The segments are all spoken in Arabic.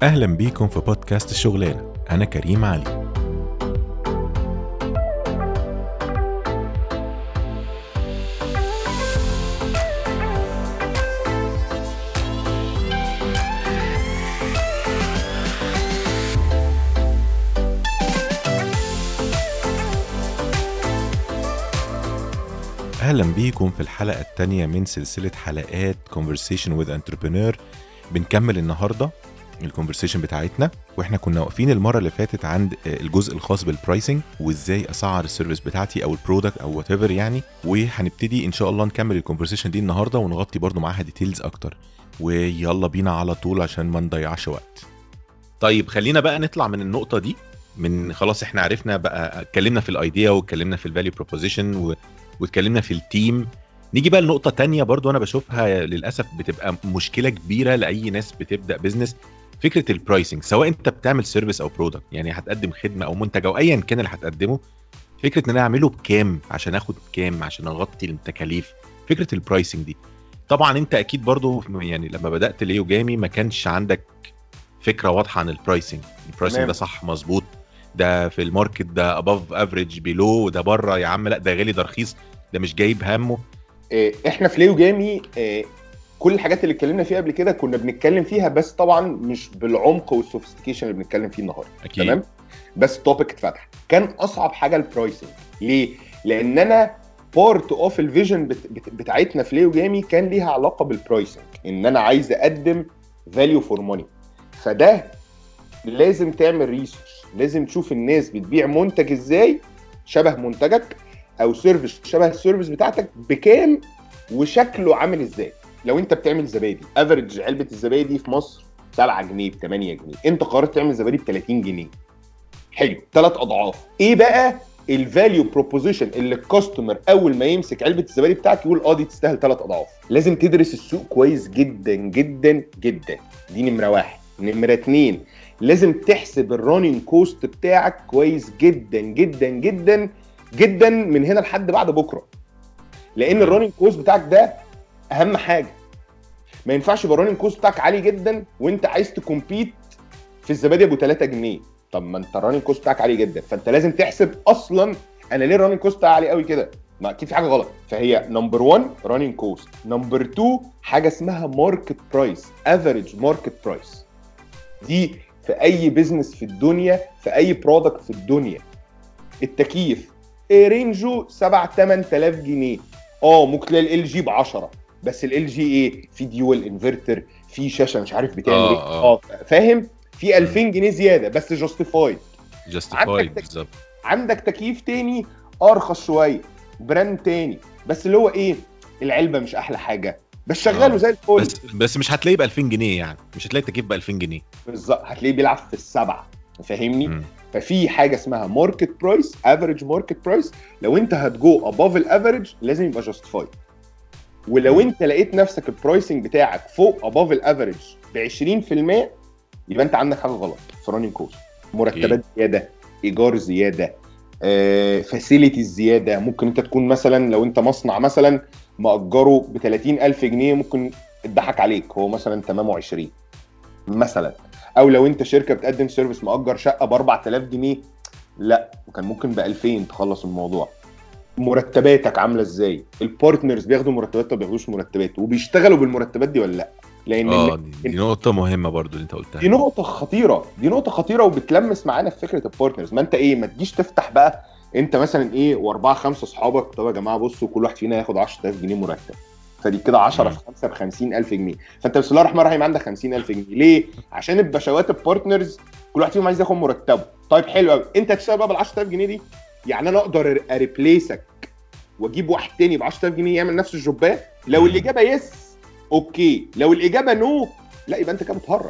أهلا بيكم في بودكاست الشغلانة. أنا كريم علي. أهلا بيكم في الحلقة الثانية من سلسلة حلقات Conversation with Entrepreneur. بنكمل النهاردة الكونفرسيشن بتاعتنا، واحنا كنا واقفين المرة اللي فاتت عند الجزء الخاص بالبرايسنج وازاي اسعر السيرفيس بتاعتي او البرودكت او وات ايفر يعني. وهنبتدي ان شاء الله نكمل الكونفرسيشن دي النهاردة ونغطي برضو معاها ديتيلز اكتر. ويلا بينا على طول عشان ما نضيعش وقت. طيب خلينا بقى نطلع من النقطة دي. من خلاص احنا عرفنا بقى، اتكلمنا في الايديا واتكلمنا في الفاليو بروبوزيشن واتكلمنا في التيم. نيجي بقى لنقطة تانية برضو انا بشوفها للأسف بتبقى مشكلة كبيرة لأي ناس بتبدأ بيزنس، فكرة البرايسنج. سواء انت بتعمل سيرفيس او برودكت، يعني هتقدم خدمة او منتج او ايا كان اللي هتقدمه، فكرة ان انا اعمله بكام عشان اخد كام عشان اغطي التكاليف. فكرة البرايسنج دي طبعا انت اكيد برضو يعني لما بدأت ليو جامي ما كانش عندك فكرة واضحة عن البرايسنج ده صح مظبوط، ده في الماركت ده above average below، ده بره يا عم لا ده غالي ده رخيص ده مش جايب همه. احنا في ليو جامي كل الحاجات اللي اتكلمنا فيها قبل كده كنا بنتكلم فيها، بس طبعا مش بالعمق والسوفيستيكيشن اللي بنتكلم فيه النهارده. تمام، بس التوبيك اتفتح. كان اصعب حاجه البرايسنج. ليه؟ لان انا بارت اوف الفيجن بتاعتنا في ليو جامي كان ليها علاقه بالبرايسنج، ان انا عايز اقدم فاليو فور ماني. فده لازم تعمل ريسيرش، لازم تشوف الناس بتبيع منتج ازاي شبه منتجك، او سيرفيس شبه السيرفيس بتاعتك بكام وشكله عامل ازاي. لو انت بتعمل زبادي، افريج علبه الزبادي في مصر 7 جنيه ب 8 جنيه، انت قررت تعمل زبادي ب 30 جنيه، حلو، 3 اضعاف. ايه بقى الفاليو بروبوزيشن اللي الكاستمر اول ما يمسك علبه الزبادي بتاعك يقول دي تستاهل 3 اضعاف؟ لازم تدرس السوق كويس جدا جدا جدا، دي نمره 1. نمره 2، لازم تحسب الرانينج كوست بتاعك كويس جدا جدا جدا جدا من هنا لحد بعد بكره، لان الرانينج كوست بتاعك ده اهم حاجه. ما ينفعش يبقى الرانينج كوست بتاعك عالي جدا وانت عايز تكمبيت في الزبادي ابو 3 جنيه. طب ما انت الرانينج كوست بتاعك عالي جدا، فانت لازم تحسب اصلا انا ليه الرانينج كوست بتاعي عالي قوي كده، ما اكيد في حاجه غلط. فهي نمبر 1 رانينج كوست، نمبر 2 حاجه اسمها ماركت برايس، افريج ماركت برايس. دي في اي بيزنس في الدنيا، في اي برودكت في الدنيا. التكييف رينجو 7-8000 جنيه، ممكن تلاقي ال جي ب10، بس ال جي ايه، في ديول انفرتر، في شاشه مش عارف بتعمل ايه، فاهم، في 2000 جنيه زياده بس جاستيفايد بالظبط. عندك تكييف تاني ارخص شويه، براند تاني، بس اللي هو ايه، العلبه مش احلى حاجه بس شغاله زي الفل، بس مش هتلاقيه ب 2000 جنيه، يعني مش هتلاقي تكييف ب 2000 جنيه بالظبط، هتلاقيه بيلعب في السبعه، فاهمني؟ ففي حاجه اسمها ماركت برايس، افريج ماركت برايس. لو انت هتجو اباف الافريج لازم يبقى جاستيفايد. ولو انت لقيت نفسك البرايسنج بتاعك فوق اباف الافريج ب 20%، يبقى انت عندك حاجه غلط في رانينج كوست. مرتبات زياده، ايجار زياده، فاسيليتيز زياده. ممكن انت تكون مثلا لو انت مصنع مثلا مأجره ب 30,000 جنيه، ممكن اتضحك عليك هو مثلا تمامه 20 مثلا. او لو انت شركه بتقدم سيرفيس مأجر شقه ب 4000 جنيه، لا وكان ممكن ب 2000 تخلص الموضوع. مرتباتك عامله ازاي؟ البارتنرز بياخدوا مرتبات ولا بياخدوش مرتبات؟ وبيشتغلوا بالمرتبات دي ولا لا؟ لان دي نقطه مهمه برضو اللي انت قلتها، دي نقطه خطيره وبتلمس معانا في فكره البارتنرز. ما انت ما تجيش تفتح بقى انت مثلا و4-5 اصحابك، طب يا جماعه بصوا كل واحد فينا ياخد 10000 جنيه مرتب، فدي كده 10 في 5 ب50,000 جنيه. فانت بسم الله الرحمن الرحيم عندك 50,000 جنيه. ليه؟ عشان البشوات البارتنرز كل واحد فيهم عايز ياخد مرتبه. طيب حلو قوي، انت تشتغل بقى بال10000 جنيه دي، يعني انا اقدر اريبليسك واجيب واحد تاني ب10000 جنيه يعمل نفس الجوبات؟ لو الاجابه يس اوكي، لو الاجابه نو لا يبقى انت كده بتهرج.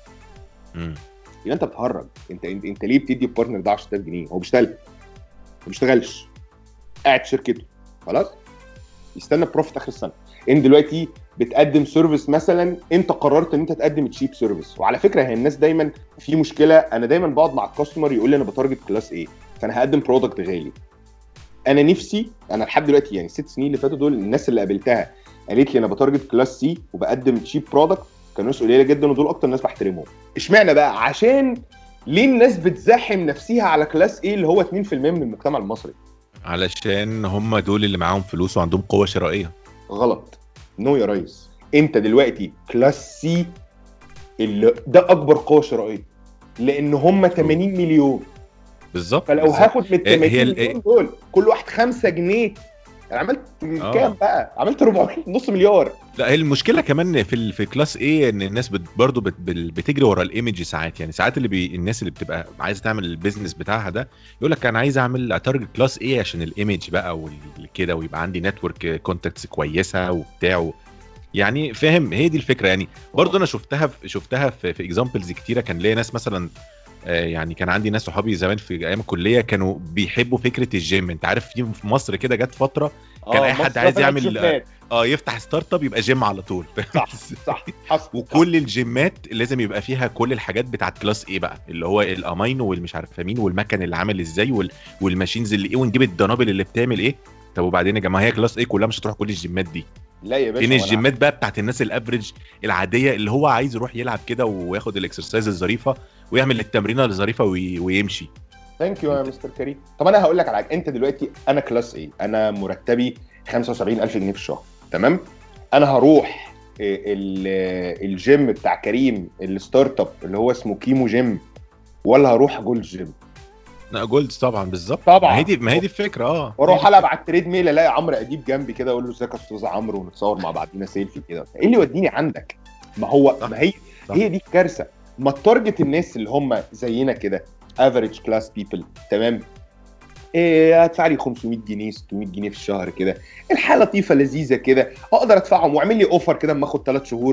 يبقى انت بتهرج. انت ليه بتدي البارتنر ده 10000 جنيه؟ هو بيشتغل، ما بيشتغلش، قاعد في شركته خلاص يستنى بروفيت اخر السنه. انت دلوقتي بتقدم سيرفيس مثلا، انت قررت ان انت تقدم تشيب سيرفيس. وعلى فكره هي الناس دايما في مشكله، انا دايما بقعد مع الكاستمر يقول لي انا بتارجت كلاس ايه، فانا هقدم برودكت غالي. انا نفسي، انا لحد دلوقتي يعني 6 سنين اللي فاتوا دول الناس اللي قابلتها قالت لي انا بتارجت كلاس سي وبقدم تشيب برودكت، كانوا ناس قليله جدا ودول اكتر ناس بحترمهم. اشمعنى بقى؟ عشان ليه الناس بتزاحم نفسها على كلاس ايه اللي هو 2% من المجتمع المصري؟ علشان هم دول اللي معاهم فلوس وعندهم قوه شرائيه. غلط. نو يا ريس، انت دلوقتي كلاس سي اللي ده اكبر قوه شرائيه، لان هم 80 مليون بالظبط. فلو هاخد من 80 مليون دول كل واحد 5 جنيه عملت كام بقى؟ عملت 400 نص مليار. لا، هي المشكله كمان في كلاس ايه ان الناس برضو بتجري ورا الايمج ساعات. يعني ساعات الناس اللي بتبقى عايزه تعمل البيزنس بتاعها ده يقول لك انا عايز اعمل اتارجت كلاس ايه عشان الايمج بقى وكده، ويبقى عندي نتورك كونتاكتس كويسه وبتاع يعني فاهم. هي دي الفكره. يعني برضو انا شفتها في اكزامبلز كتيره. كان ليا ناس مثلا يعني كان عندي ناس صحابي زمان في ايام الكليه كانوا بيحبوا فكره الجيم. انت عارف في مصر كده جت فتره كان اي حد عايز يعمل يفتح ستارت اب يبقى جيم على طول. صح حصل. وكل الجيمات لازم يبقى فيها كل الحاجات بتاعت كلاس ايه بقى، اللي هو الامينو والمش عارف مين والمكن اللي عامل ازاي والماشينز اللي ايه، ونجيب الدنابل اللي بتعمل ايه. طب وبعدين يا جماعه هي كلاس ايه كلها مش هتروح كل الجيمات دي. لا يا باشا، ان الجيمات بقى بتاعت الناس الافريج العاديه اللي هو عايز يروح يلعب كده وياخد الاكسرسايز الظريفه ويعمل التمرينه الظريفه ويمشي. ثانك يو يا مستر كريم. طب انا هقول لك على حاجه. انت دلوقتي انا كلاس ايه، انا مرتبي 75,000 جنيه في الشهر، تمام؟ انا هروح الجيم بتاع كريم الستارت اب اللي هو اسمه كيمو جيم، ولا هروح جولد جيم؟ لا جولد طبعا. بالظبط طبعا. ما هي دي الفكره. واروح العب على التريد ميل الاقي عمرو اديب جنبي كده اقول له ازيك يا استاذ عمرو ونتصور مع بعضينا سيلفي كده. ايه اللي يوديني عندك؟ ما هي دي الكارثه. ما التارجت الناس اللي هم زينا كده افريج كلاس بيبل، تمام؟ هدفع لي 500 جنيه 600 جنيه في الشهر كده، الحاله لطيفه لذيذه كده، اقدر ادفعهم واعمل لي اوفر كده اما اخد 3 شهور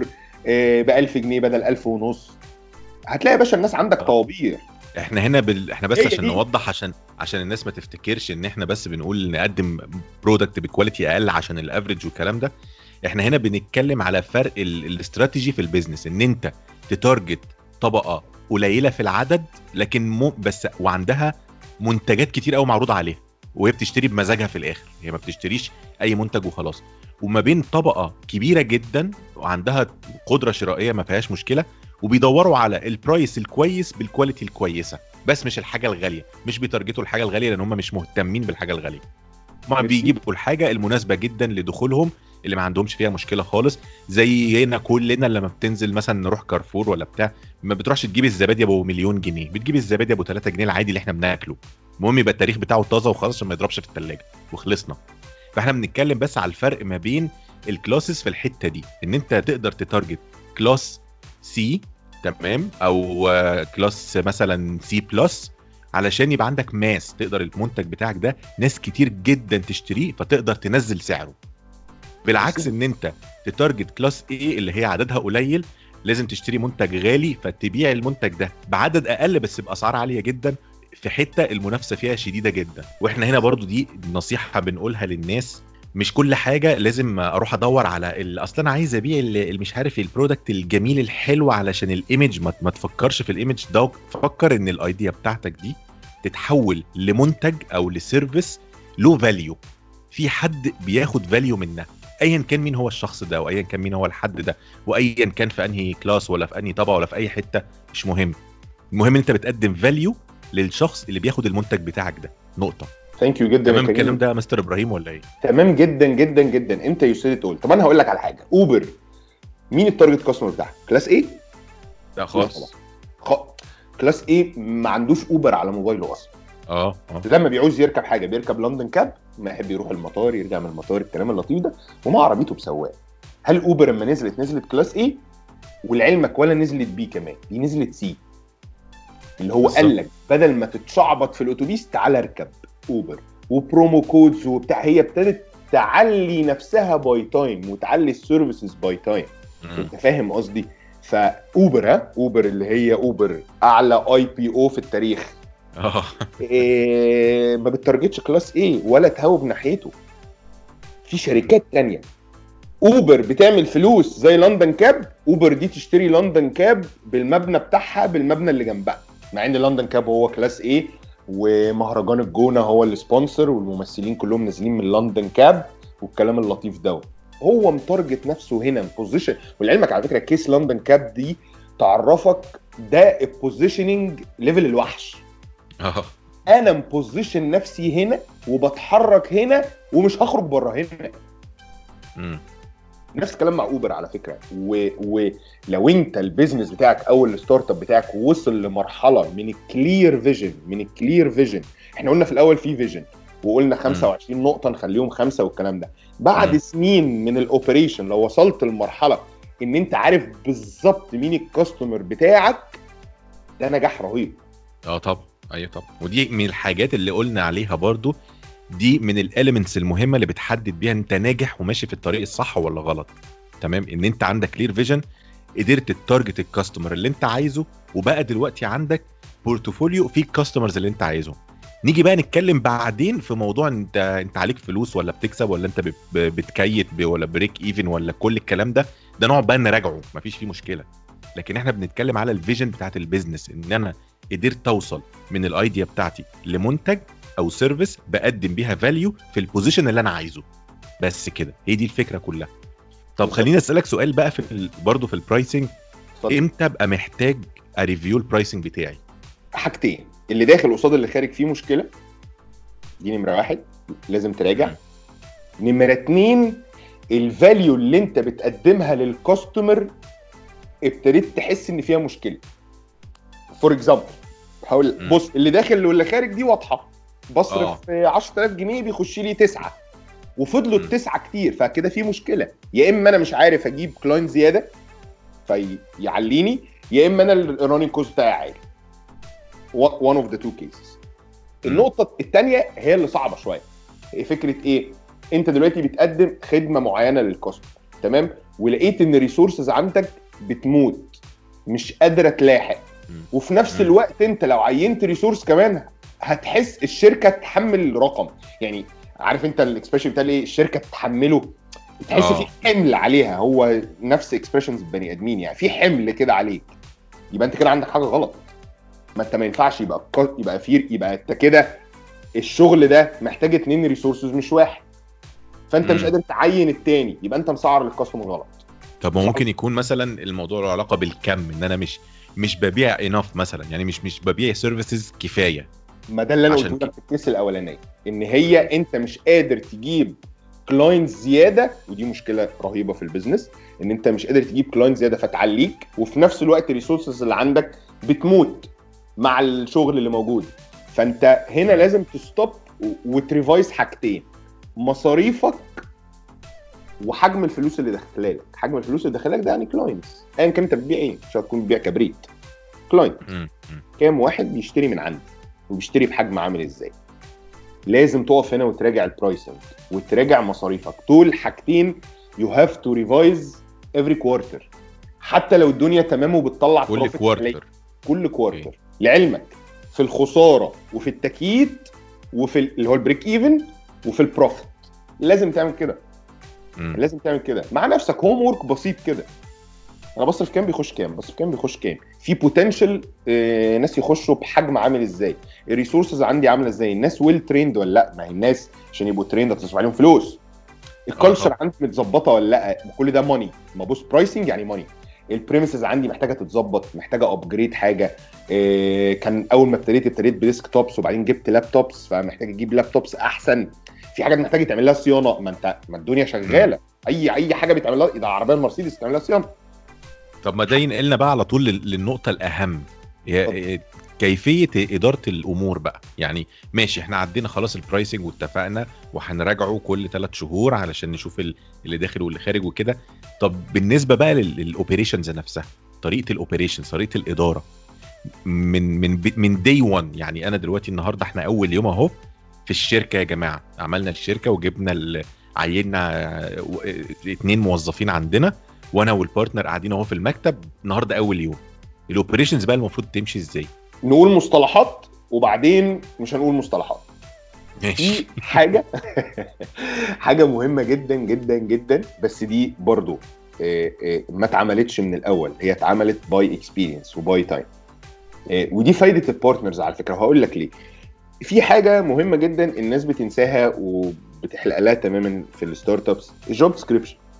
ب 1000 جنيه بدل 1000 ونص. هتلاقي يا باشا الناس عندك طوابير. احنا هنا احنا بس عشان نوضح عشان الناس ما تفتكرش ان احنا بس بنقول نقدم برودكت بكواليتي اقل عشان الافريج والكلام ده. احنا هنا بنتكلم على فرق الاستراتيجي في البيزنس، ان انت تتارجت طبقه قليله في العدد لكن بس وعندها منتجات كتير قوي معروضه عليها وهي بتشتري بمزاجها في الاخر، هي ما بتشتريش اي منتج وخلاص. وما بين طبقه كبيره جدا وعندها قدره شرائيه ما فيهاش مشكله وبيدوروا على البرايس الكويس بالكواليتي الكويسه، بس مش الحاجه الغاليه. مش بيتارجتوا الحاجه الغاليه لان هم مش مهتمين بالحاجه الغاليه، ما بيجيبوا الحاجه المناسبه جدا لدخولهم اللي ما عندهمش فيها مشكله خالص. زي هنا كلنا لما بتنزل مثلا نروح كارفور ولا بتاع، ما بتروحش تجيب الزبادي ابو مليون جنيه، بتجيب الزبادي ابو 3 جنيه العادي اللي احنا بناكله. المهم يبقى التاريخ بتاعه طازه وخلاص عشان ما يضربش في الثلاجه وخلصنا. فاحنا بنتكلم بس على الفرق ما بين الكلاسز في الحته دي، ان انت تقدر تتارجت كلاس سي، تمام، او كلاس مثلا سي بلس، علشان يبقى عندك ماس تقدر المنتج بتاعك ده ناس كتير جدا تشتريه فتقدر تنزل سعره. بالعكس ان انت تتارجت كلاس ايه اللي هي عددها قليل، لازم تشتري منتج غالي فتبيع المنتج ده بعدد اقل بس باسعار عاليه جدا في حته المنافسه فيها شديده جدا. واحنا هنا برضو دي نصيحه بنقولها للناس، مش كل حاجه لازم اروح ادور على اصلا انا عايز ابيع مش عارف البرودكت الجميل الحلو علشان الايمج. ما تفكرش في الايمج ده، فكر ان الايديا بتاعتك دي تتحول لمنتج او لسيرفيس له فاليو، في حد بياخد فاليو منها، ايا كان مين هو الشخص ده وايا كان مين هو الحد ده وايا كان في انهي كلاس ولا في انهي طبقه ولا في اي حته، مش مهم. المهم انت بتقدم فاليو للشخص اللي بياخد المنتج بتاعك ده. نقطه. ثانك يو جدا. تمام الكلام ده مستر ابراهيم ولا ايه؟ تمام جدا جدا جدا. انت يوسف تقول. طب انا هقول لك على حاجه. اوبر مين التارجت كاستمر بتاعها؟ كلاس ايه؟ لا خالص. كلاس ايه ما عندوش اوبر على موبايله اصلا. لما بيعوز يركب حاجه بيركب لندن كاب، ما يحب يروح المطار يرجع من المطار، الكلام اللطيف ده، ومع عربيته بسواق. هل اوبر لما نزلت كلاس ايه؟ ولعلمك ولا نزلت بي كمان، دي نزلت سي، اللي هو قال لك بدل ما تتشعبط في الاتوبيس تعال اركب اوبر وبرومو كودز وبتاع. هي ابتدت تعلي نفسها باي تايم وتعلي السيرفيسز باي تايم. انت فاهم قصدي؟ فاوبر اوبر اللي هي اوبر اعلى اي بي او في التاريخ ما بتارجتش كلاس ايه ولا تهوب ناحيته. في شركات تانية اوبر بتعمل فلوس زي لندن كاب. اوبر دي تشتري لندن كاب بالمبنى بتاعها بالمبنى اللي جنبها، مع ان لندن كاب هو كلاس ايه ومهرجان الجونة هو السبونسر والممثلين كلهم نازلين من لندن كاب والكلام اللطيف ده. هو متارجت نفسه هنا بوزيشن. ولعلمك على فكره كيس لندن كاب دي تعرفك ده البوزيشننج ليفل الوحش. انا مبوزيشن نفسي هنا وبتحرك هنا ومش هخرج بره هنا. نفس الكلام مع اوبر على فكره. ولو انت البيزنس بتاعك او الستارت اب بتاعك وصل لمرحله من الكلير فيجن، احنا قلنا في الاول في فيجن وقلنا 25 نقطه نخليهم 5 والكلام ده. بعد سنين من الاوبريشن لو وصلت لمرحله ان انت عارف بالظبط مين الكاستمر بتاعك، ده نجاح رهيب. طبعا ايوه طبعا. ودي من الحاجات اللي قلنا عليها برضو، دي من الاليمنتس المهمه اللي بتحدد بيها انت ناجح وماشي في الطريق الصح ولا غلط. تمام، ان انت عندك كلير فيجن، قدرت تارجت الكاستمر اللي انت عايزه، وبقى دلوقتي عندك بورتفوليو فيه الكاستمرز اللي انت عايزه. نيجي بقى نتكلم بعدين في موضوع انت عليك فلوس ولا بتكسب ولا انت بتكيت ولا بريك ايفن ولا كل الكلام ده نقعد بقى نراجعه، مفيش فيه مشكله. لكن احنا بنتكلم على الفيجن بتاعت البيزنس، ان انا قدرت اوصل من الايديا بتاعتي لمنتج او سيرفيس بقدم بيها فاليو في البوزيشن اللي انا عايزه. بس كده، هي دي الفكره كلها. طب خليني اسالك سؤال بقى برضه في البرايسنج. امتى ابقى محتاج اريفيو البرايسنج بتاعي؟ حاجتين، اللي داخل قصاد اللي خارج فيه مشكله، دي نمره 1 لازم تراجع. نمره 2 الفاليو اللي انت بتقدمها للكاستمر ابتديت تحس ان فيها مشكله. فور اكزامبل هقول بص، اللي داخل واللي خارج دي واضحه، بصرف 10000 جنيه بيخش لي 9 وفضلوا ال9 كتير، فكده في مشكله. يا اما انا مش عارف اجيب كلاينت زياده فيعليني، يا اما انا الرانينج كوست بتاعي عالي. one of the two cases. النقطه الثانيه هي اللي صعبه شويه. فكره ايه؟ انت دلوقتي بتقدم خدمه معينه للكاستمر، تمام، ولقيت ان الريسورسز عندك بتموت، مش قادره تلاحق، وفي نفس الوقت انت لو عينت ريسورس كمان هتحس الشركه تحمل رقم. يعني عارف انت الاكسبريشن بتاع ايه؟ الشركه تحمله، تحس في حمل عليها. هو نفس اكسبريشنز البني ادمين، يعني في حمل كده عليك. يبقى انت كده عندك حاجه غلط. ما انت ما ينفعش يبقى انت كده الشغل ده محتاج 2 ريسورسز مش 1، فانت مش قادر تعين التاني، يبقى انت مسعر للكاستمر غلط. طب ممكن يكون مثلا الموضوع له علاقه بالكم، ان انا مش ببيع اناف مثلا، يعني مش ببيع سيرفيسز كفايه. ما ده اللي انا قلت لك في الكيس الاولانيه، ان هي انت مش قادر تجيب كلاينت زياده، ودي مشكله رهيبه في البيزنس، ان انت مش قادر تجيب كلاينت زياده فتعليك، وفي نفس الوقت الريسورسز اللي عندك بتموت مع الشغل اللي موجود. فانت هنا لازم تستوب وتريفايز حاجتين: مصاريفك وحجم الفلوس اللي داخلالك. حجم الفلوس اللي داخلالك ده يعني كلاينتس، ايا كان انت بتبيع ايه، مش هتكون بتبيع كبريت. كلاينت كام واحد بيشتري من عندك وبيشتري بحجم عامل ازاي. لازم تقف هنا وتراجع البرايسنج وتراجع مصاريفك. دول حاجتين you have to revise every quarter، حتى لو الدنيا تمام وبتطلع كل كوارتر. لعلمك في الخساره وفي التكييد وفي اللي هو البريك ايفن وفي البروفيت لازم تعمل كده. لازم تعمل كده مع نفسك، هوم وورك بسيط كده. انا بصرف كام بيخش كام، بصرف كام بيخش كام، في بوتنشال ناس يخشوا بحجم عامل ازاي، الريسورسز عندي عامله ازاي، الناس ويل تريند ولا لا. ما هي الناس عشان يبقوا تريند هتصرف عليهم فلوس. الكالتشر عندي متظبطه ولا لا، كل ده ماني. ما بص، برايسنج يعني ماني. البريميسز عندي محتاجه تتظبط، محتاجه ابجريد حاجه. كان اول ما ابتديت بديسك توبس وبعدين جبت لابتوبس، فمحتاج اجيب لابتوبس احسن. في حاجات محتاجه تعمل لها صيانه، ما الدنيا شغاله. اي حاجه بيتعمل لها، ده عربيه مرسيدس تعمل لها صيانه. طب ما ده ينقلنا بقى على طول للنقطه الاهم، هي كيفيه اداره الامور بقى. يعني ماشي، احنا عدينا خلاص البرايسنج واتفقنا وهنراجعه كل 3 شهور علشان نشوف اللي داخل واللي خارج وكده. طب بالنسبه بقى للاوبريشنز نفسها، طريقه الاوبريشنز، طريقه الاداره من داي 1. يعني انا دلوقتي النهارده احنا اول يوم اهو في الشركه يا جماعه، عملنا الشركه وجبنا عيننا 2 موظفين عندنا، وانا والبارتنر قاعدين اهو في المكتب. النهارده اول يوم، الاوبريشنز بقى المفروض تمشي ازاي؟ نقول مصطلحات وبعدين مش هنقول مصطلحات. في حاجه مهمه جدا جدا جدا، بس دي برضو ما اتعملتش من الاول، هي اتعملت باي اكسبيرينس وباي تايم. ودي فايده البارتنرز على فكره، وهقول لك ليه. في حاجه مهمه جدا الناس بتنساها وبتحلق لها تماما في الستارت ابس: الجوب ديسكريبشن.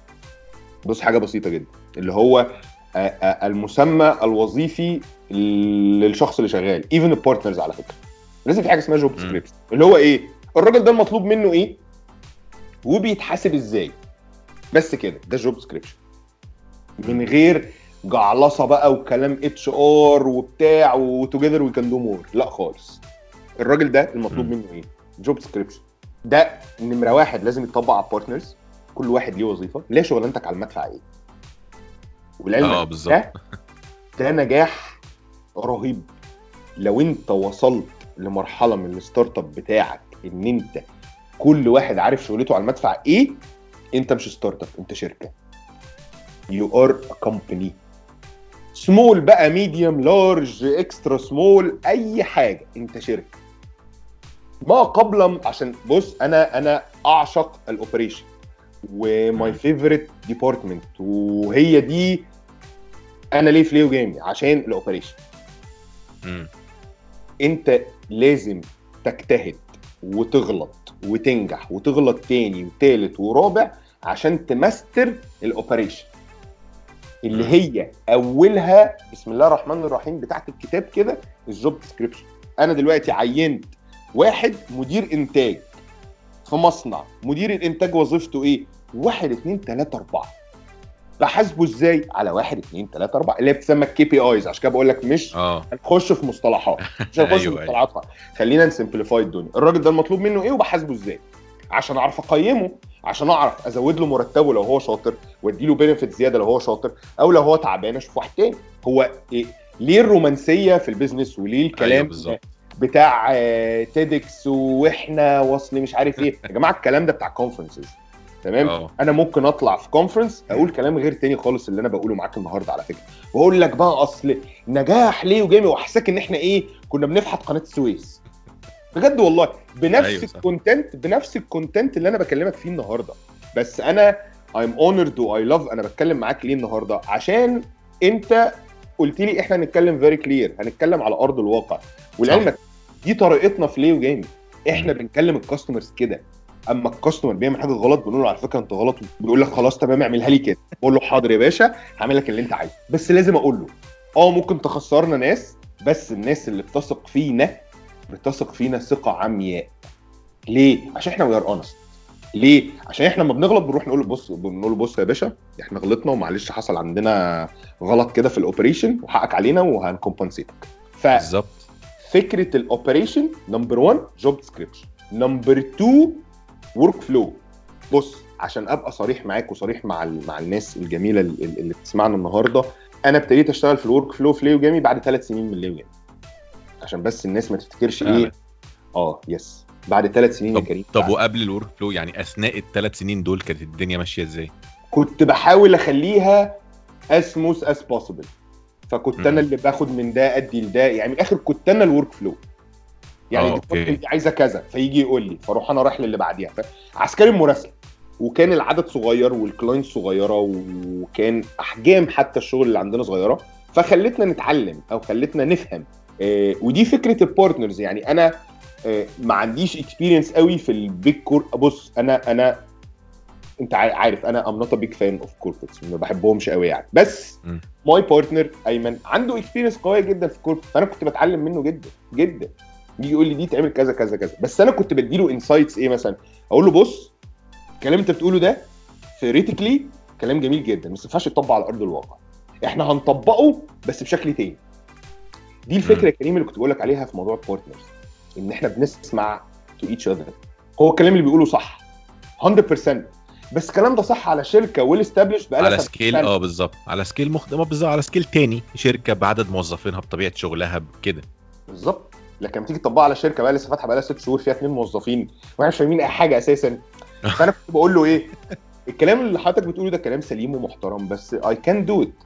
بص حاجه بسيطه جدا، اللي هو المسمى الوظيفي للشخص اللي شغال، ايفن البارتنرز على فكره لازم في حاجه اسمها جوب ديسكريبشن، اللي هو ايه الراجل ده المطلوب منه ايه وبيتحاسب ازاي، بس كده ده جوب ديسكريبشن، من غير جعلصه بقى وكلام اتش ار وبتاع وتوجذر وي كان دو مور، لا خالص. الراجل ده المطلوب منه ايه؟ جوب ديسكريبشن. ده نمره واحد لازم يتطبق على البارتنرز، كل واحد ليه وظيفه، ليه شغلانتك على المدفع ايه. والعلم بالظبط ده نجاح رهيب. لو انت وصلت لمرحله من الستارت اب بتاعك ان انت كل واحد عارف شغلته على المدفع ايه، انت مش ستارت اب، انت شركه. you are a company. سمول بقى، ميديوم، لارج، اكسترا سمول، اي حاجه، انت شركه. ما قبل، عشان بص انا اعشق الاوبريشن وماي فيفورت ديبارتمنت، وهي دي انا ليه في ليو جيمي، عشان الاوبريشن. انت لازم تجتهد وتغلط وتنجح وتغلط تاني وتالت ورابع عشان تمستر الاوبريشن اللي هي اولها بسم الله الرحمن الرحيم بتاعت الكتاب كده، الجوب ديسكريبشن. انا دلوقتي عينت واحد مدير انتاج في مصنع، مدير الانتاج وظيفته ايه؟ 1 2 3 4. بحاسبه ازاي؟ على 1 2 3 4 اللي بتسمى الكي بي ايز. عشان كده بقول لك مش هنخش في مصطلحات، مش هنخش في مصطلحاتها، خلينا نسمبليفاي الدنيا. الراجل ده المطلوب منه ايه وبحاسبه ازاي عشان اعرف اقيمه، عشان اعرف ازود له مرتبه لو هو شاطر، وادي له بينفيت زياده لو هو شاطر، او لو هو تعبان اشوف واحد تاني. هو إيه؟ ليه الرومانسيه في البيزنس وليه الكلام بتاع تيدكس واحنا وصل مش عارف ايه يا جماعه؟ الكلام ده بتاع كونفرنسز، تمام. انا ممكن اطلع في كونفرنس اقول كلام غير تاني خالص اللي انا بقوله معاك النهارده على فكره، واقول لك بقى اصل نجاح ليه وجامي، واحسك ان احنا ايه كنا بنفحط قناه السويس بجد والله، بنفس الكونتنت، بنفس الكونتنت اللي انا بكلمك فيه النهارده. بس انا I'm honored و I love انا بتكلم معاك ليه النهارده، عشان انت قلت لي احنا هنتكلم very clear، هنتكلم على ارض الواقع. والعلمك دي طريقتنا في ليو جيمي، احنا بنكلم الكاستمرز كده. اما الكاستمر بيعمل حاجه غلط بنقول له على فكره انت غلط، بيقول لك خلاص تمام اعملها لي كده، بقول له حاضر يا باشا هعمل لك اللي انت عايزه. بس لازم اقول له ممكن تخسرنا ناس، بس الناس اللي بتثق فينا ثقه عمياء. ليه؟ عشان احنا وير اونست. ليه؟ عشان احنا لما بنغلط بنروح نقول له بص يا باشا احنا غلطنا ومعلش حصل عندنا غلط كده في الاوبريشن وحقك علينا وهنكمبنسيتك. بالظبط. فكره الاوبريشن نمبر 1 جوب ديسكريبشن، نمبر 2 ورك فلو. بص عشان ابقى صريح معاك وصريح مع الناس الجميله اللي بتسمعنا النهارده، انا ابتديت اشتغل في الورك فلو في ليو جيمي بعد 3 سنين من ليو جيمي، عشان بس الناس ما تفتكرش ايه يس بعد 3 سنين يا كريم. طب وقبل الورك فلو يعني اثناء ال3 سنين دول كانت الدنيا ماشيه ازاي؟ كنت بحاول اخليها اسموث اس بوسيبل، فكنت انا اللي باخد من ده ادي لده، يعني من الاخر كنت انا الورك فلو. يعني انت عايزه كذا فيجي يقول لي فاروح انا رايح للي بعديها. عسكري المراسله، وكان العدد صغير والكلاينت صغيره وكان احجام حتى الشغل اللي عندنا صغيره، فخلتنا نتعلم او خلتنا نفهم. ودي فكره البارتنرز. يعني انا ما عنديش اكسبيرينس قوي في البيج كور. بص انا انت عارف انا ام نوت ا بيج فان اوف كوربريتس، ما بحبهمش قوي يعني. بس ماي بارتنر ايمن عنده اكسبيرينس قويه جدا في الكوربريت، فانا كنت بتعلم منه جدا جدا. يجي يقول لي دي تعمل كذا كذا كذا، بس انا كنت بديله انسايتس. ايه مثلا؟ اقول له بص الكلام انت بتقوله ده ثيوريتيكلي كلام جميل جدا بس ما ينفعش يتطبق على ارض الواقع، احنا هنطبقه بس بشكل تاني. دي الفكره الكريمه اللي كنت بقول لك عليها في موضوع البارتنرز، ان احنا بنسمع تو ايتش اذر. هو الكلام اللي بيقوله صح 100%، بس الكلام ده صح على شركه ويل استابليش بقى على سكيل بالظبط، على سكيل مخدمه بالظبط، على سكيل تاني، شركه بعدد موظفينها بطبيعه شغلها كده بالظبط. لكن تيجي تطبقها على شركه بقى لسه فاتحه بقى لها 6 شهور فيها 2 موظفين واحنا مش فاهمين اي حاجه اساسا. فانا كنت بقول له ايه الكلام اللي حضرتك بتقوله ده كلام سليم ومحترم بس اي كان دو ات.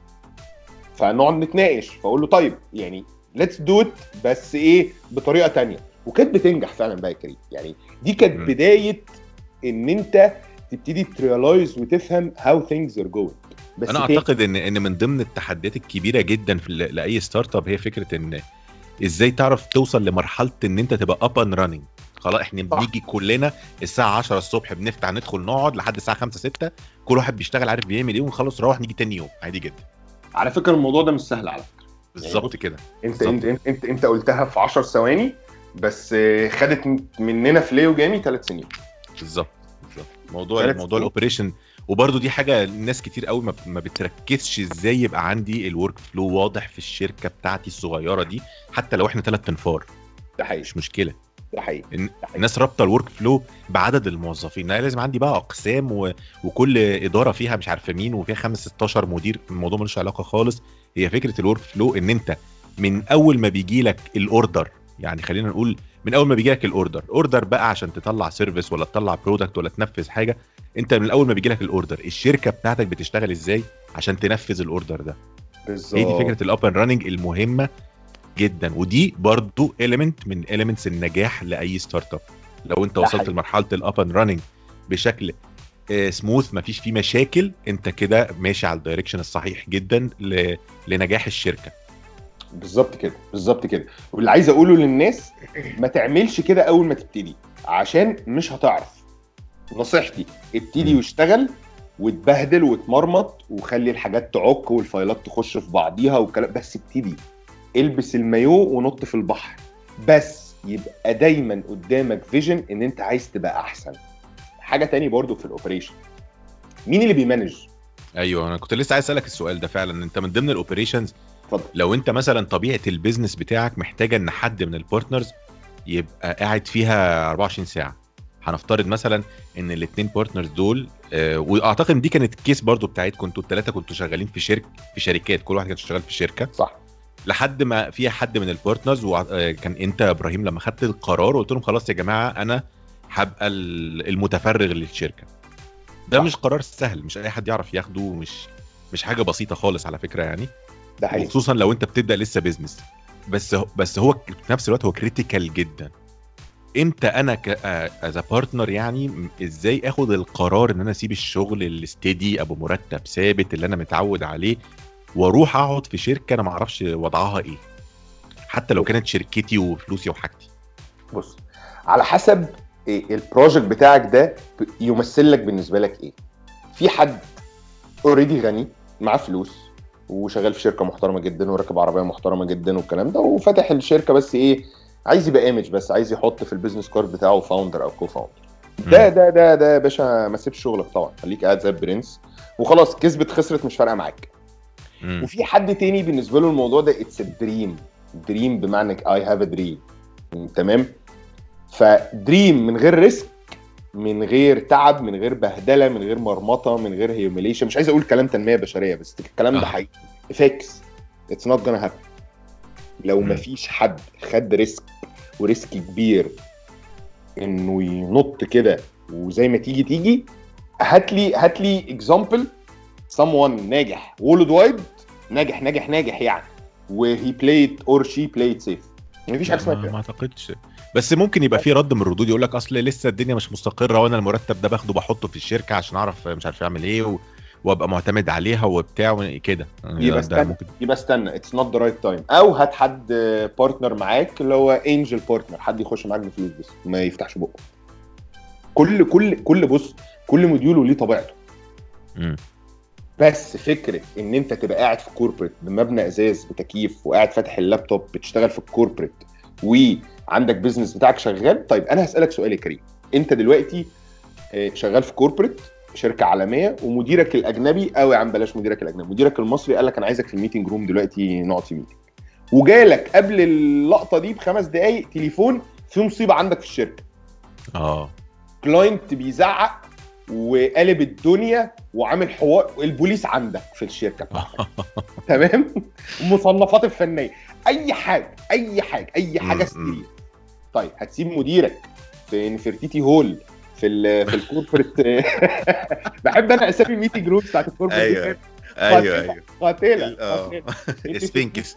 فنقعد نتناقش، فاقول له طيب يعني ليتس دو ات بس ايه بطريقه تانية. وكانت بتنجح فعلا بقى يا كريم. يعني دي كانت بدايه ان انت تبتدي تريلايز وتفهم هاو ثينجز ار جوينج. انا اعتقد ان من ضمن التحديات الكبيره جدا في لاي ستارت اب هي فكره ان ازاي تعرف توصل لمرحله ان انت تبقى اب اند راننج. خلاص احنا بنيجي كلنا الساعه 10 الصبح بنفتح ندخل نقعد لحد الساعه 5 6 كل واحد بيشتغل عارف بيعمل ايه ونخلص نروح نيجي تاني يوم عادي جدا. على فكره الموضوع ده مش سهل على فكره. بالظبط كده. انت قلتها في 10 ثواني بس خدت مننا في ليو جامي 3 سنين. بالظبط. موضوع الاوبريشن. وبرده دي حاجه الناس كتير قوي ما بتركزش ازاي يبقى عندي الورك فلو واضح في الشركه بتاعتي الصغيره دي حتى لو احنا 3 انفار. ده حقيقي. مش مشكله. ده حقيقي. الناس رابطه الورك فلو بعدد الموظفين. انا لازم عندي بقى اقسام وكل اداره فيها مش عارفه مين وفيها 5 16 مدير. الموضوع ملوش علاقه خالص. هي فكره الورك فلو ان انت من اول ما بيجي لك الاوردر، يعني خلينا نقول من اول ما بيجي لك الاوردر بقى عشان تطلع سيرفيس ولا تطلع برودكت ولا تنفذ حاجه، انت من اول ما بيجي لك الاوردر الشركه بتاعتك بتشتغل ازاي عشان تنفذ الاوردر ده. بالظبط. هي دي فكره الاب اند راننج المهمه جدا. ودي برضو element من elements النجاح لاي ستارت اب. لو انت وصلت لمرحله الاب اند راننج بشكل سموث مفيش فيه مشاكل، انت كده ماشي على الدايركشن الصحيح جدا لنجاح الشركه. بالظبط كده. واللي عايز اقوله للناس ما تعملش كده اول ما تبتدي عشان مش هتعرف. نصيحتي ابتدي واشتغل وتبهدل وتمرمط وخلي الحاجات تعك والفايلات تخش في بعضيها والكلام، بس ابتدي البس المايو ونط في البحر. بس يبقى دايما قدامك فيجن ان انت عايز تبقى احسن. حاجه تاني برضو في الاوبريشن، مين اللي بيمانج؟ ايوه انا كنت لسه عايز اسالك السؤال ده فعلا. انت من ضمن الاوبريشنز اتفضل. لو انت مثلا طبيعه البيزنس بتاعك محتاجه ان حد من البارتنرز يبقى قاعد فيها 24 ساعه، هنفترض مثلا ان الاثنين بارتنرز دول واعتقد ان دي كانت كيس برضو بتاعتكم انتوا الثلاثه كنتوا شغالين في شركات، كل واحد كان شغال في شركه صح، لحد ما فيها حد من البارتنرز وكان انت ابراهيم لما خدت القرار وقلت لهم خلاص يا جماعه انا هبقى المتفرغ للشركه. ده صح. مش قرار سهل، مش اي حد يعرف ياخده، مش حاجه بسيطه خالص على فكره يعني. ده حقيقي. خصوصا لو انت بتبدا لسه بيزنس. بس هو في نفس الوقت هو كريتيكال جدا. امتى انا از بارتنر يعني ازاي اخد القرار ان انا اسيب الشغل الاستدي ابو مرتب ثابت اللي انا متعود عليه واروح اقعد في شركه انا ما اعرفش وضعها ايه، حتى لو كانت شركتي وفلوسي وحاجتي؟ بص، على حسب البروجكت بتاعك ده يمثل لك بالنسبه لك ايه. في حد اوريدي غني معاه فلوس وشغال في شركه محترمه جدا وراكب عربيه محترمه جدا والكلام ده وفتح الشركه، بس ايه عايز يبقى ايمج، بس عايز يحط في البيزنس كارد بتاعه فاوندر او كو فاوندر. ده باشا ما تسيبش شغلك طبعا، خليك قاعد زي البرنس وخلاص، كسبت خسرت مش فارقه معاك. وفي حد تاني بالنسبه له الموضوع ده اتس دريم بمعنى اي هاف ا دريم. تمام. فدريم من غير ريسك، من غير تعب، من غير بهدله، من غير مرمطه، من غير هيوميليشن. مش عايز اقول كلام تنميه بشريه بس الكلام ده حقيقي فيكس. اتس نوت جونا هابن. لو مفيش حد خد ريسك وريسك كبير انه ينط كده وزي ما تيجي هات لي اكزامبل someone ناجح وورلد وايد، ناجح يعني وهي بلايد اور شي بلايد سيف. مفيش حاجه اسمها كده. ما اعتقدش، بس ممكن يبقى في رد من الردود يقول لك اصل لسه الدنيا مش مستقره وانا المرتب ده باخده بحطه في الشركه عشان اعرف مش عارف اعمل ايه وابقى معتمد عليها وبتاع كده. يبقى استنى اتس نوت ذا رايت تايم. او هات حد بارتنر معاك اللي هو انجل بارتنر، حد يخش معاك بفلوس بس ما يفتحش بقه. كل بص، كل موديول ليه طبيعته. بس فكره ان انت تبقى قاعد في كوربريت بمبنى ازاز بتكييف وقاعد فاتح اللابتوب بتشتغل في الكوربريت وعندك بيزنس بتاعك شغال. طيب انا هسألك سؤال يا كريم، انت دلوقتي شغال في كوربريت شركه عالميه ومديرك الاجنبي، او يا عم بلاش مديرك الاجنبي، مديرك المصري قال لك انا عايزك في الميتنج روم دلوقتي نقعد في ميتنج، وجالك قبل اللقطه دي ب5 دقايق تليفون في مصيبه عندك في الشركه. كلاينت بيزعق وقلب الدنيا وعامل حوار، البوليس عندك في الشركه بتاعتك. تمام. مصنفات الفنيه، اي حاجه سرير. طيب هتسيب مديرك في نفرتيتي هول في الكوربريت؟ بحب انا اسامي ميتنج روم بتاعت الكوربريت. ايوه قاتله سفينكس.